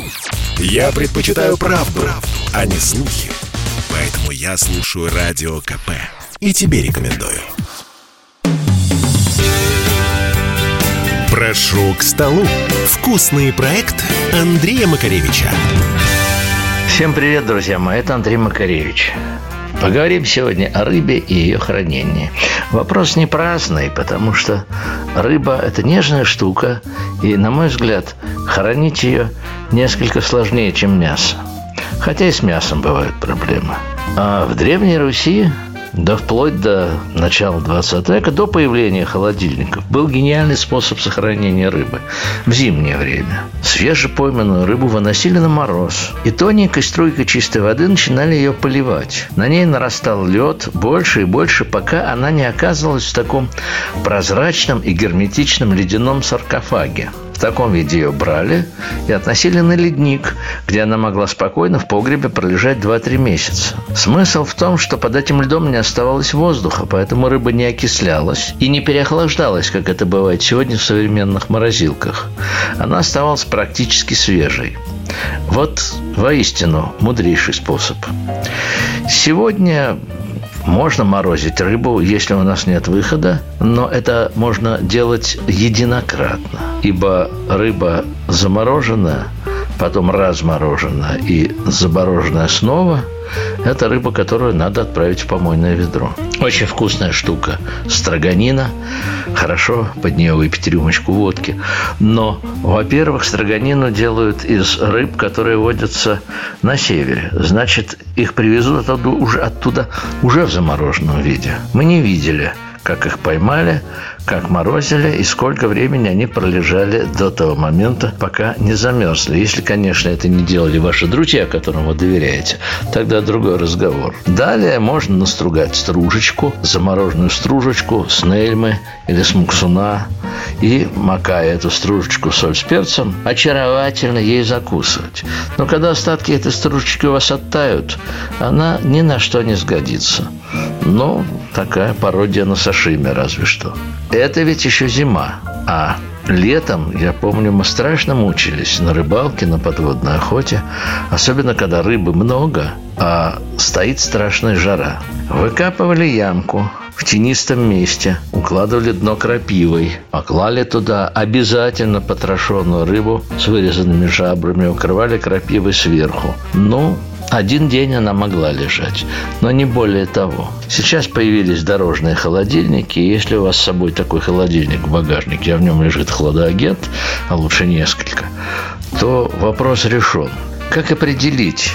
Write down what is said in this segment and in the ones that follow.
Я предпочитаю правду, а не слухи. Поэтому я слушаю Радио КП. И тебе рекомендую. Прошу к столу. Вкусный проект Андрея Макаревича. Всем привет, друзья мои, это Андрей Макаревич. Поговорим сегодня о рыбе и ее хранении. Вопрос не праздный, потому что рыба – это нежная штука, и, на мой взгляд, хранить ее несколько сложнее, чем мясо. Хотя и с мясом бывают проблемы. А в Древней Руси, да вплоть до начала 20 века, до появления холодильников, был гениальный способ сохранения рыбы в зимнее время. Свежепойманную рыбу выносили на мороз, и тоненькой струйкой чистой воды начинали ее поливать. На ней нарастал лед больше и больше, пока она не оказывалась в таком прозрачном и герметичном ледяном саркофаге. В таком виде ее брали и относили на ледник, где она могла спокойно в погребе пролежать 2-3 месяца. Смысл в том, что под этим льдом не оставалось воздуха, поэтому рыба не окислялась и не переохлаждалась, как это бывает сегодня в современных морозилках. Она оставалась практически свежей. Вот воистину мудрейший способ. Сегодня можно морозить рыбу, если у нас нет выхода, но это можно делать единократно, ибо рыба замороженная, потом размороженная и замороженная снова – это рыба, которую надо отправить в помойное ведро. Очень вкусная штука – строганина. Хорошо под нее выпить рюмочку водки. Но, во-первых, строганину делают из рыб, которые водятся на севере. Значит, их привезут оттуда уже в замороженном виде. Мы не видели, как их поймали, как морозили и сколько времени они пролежали до того момента, пока не замерзли. Если, конечно, это не делали ваши друзья, которым вы доверяете, тогда другой разговор. Далее можно настругать стружечку, замороженную стружечку с нельмы или с муксуна, и, макая эту стружечку в соль с перцем, очаровательно ей закусывать. Но когда остатки этой стружечки у вас оттают, она ни на что не сгодится. Ну, такая пародия на сашими разве что. Это ведь еще зима, а летом, я помню, мы страшно мучились на рыбалке, на подводной охоте, особенно когда рыбы много, а стоит страшная жара. Выкапывали ямку в тенистом месте, укладывали дно крапивой, поклали туда обязательно потрошенную рыбу с вырезанными жабрами, укрывали крапивой сверху. Один день она могла лежать, но не более того. Сейчас появились дорожные холодильники, и если у вас с собой такой холодильник в багажнике, а в нем лежит хладоагент, а лучше несколько, то вопрос решен. Как определить,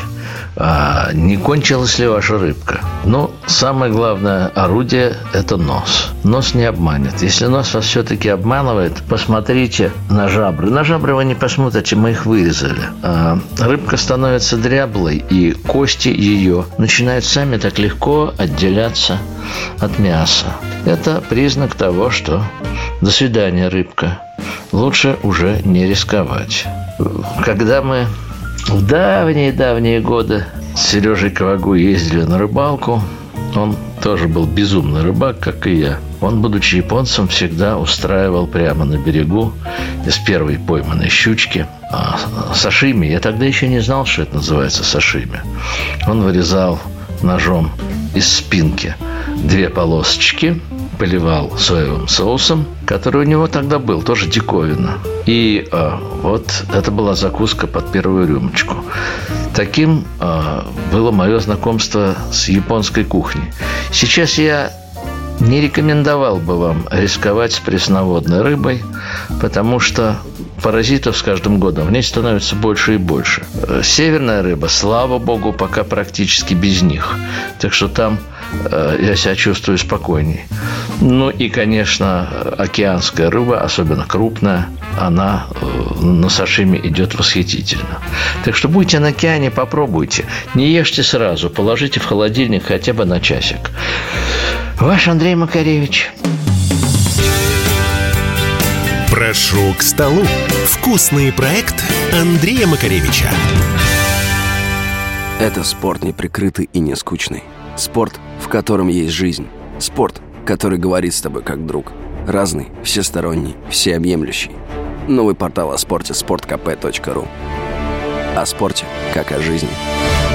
не кончилась ли ваша рыбка? Самое главное орудие – это нос. Нос не обманет. Если нос вас все-таки обманывает, посмотрите на жабры. На жабры вы не посмотрите, мы их вырезали. Рыбка становится дряблой, и кости ее начинают сами так легко отделяться от мяса. Это признак того, что до свидания, рыбка. Лучше уже не рисковать. Когда мы в давние годы с Сережей Кавагу ездили на рыбалку, он тоже был безумный рыбак, как и я. Он, будучи японцем, всегда устраивал прямо на берегу из первой пойманной щучки сашими. Я тогда еще не знал, что это называется сашими. Он вырезал ножом из спинки 2 полосочки, поливал соевым соусом, который у него тогда был, тоже диковина. И вот это была закуска под первую рюмочку. Таким было мое знакомство с японской кухней. Сейчас я не рекомендовал бы вам рисковать с пресноводной рыбой, потому что паразитов с каждым годом в ней становится больше и больше. Северная рыба, слава богу, пока практически без них. Так что там я себя чувствую спокойней. И, конечно, океанская рыба, особенно крупная, она на сашими идет восхитительно. Так что будете на океане, попробуйте. Не ешьте сразу, положите в холодильник хотя бы на часик. Ваш Андрей Макаревич. Прошу к столу. Вкусный проект Андрея Макаревича. Это спорт неприкрытый и не скучный. Спорт, в котором есть жизнь. Спорт, который говорит с тобой как друг. Разный, всесторонний, всеобъемлющий. Новый портал о спорте – sportkp.ru. О спорте, как о жизни.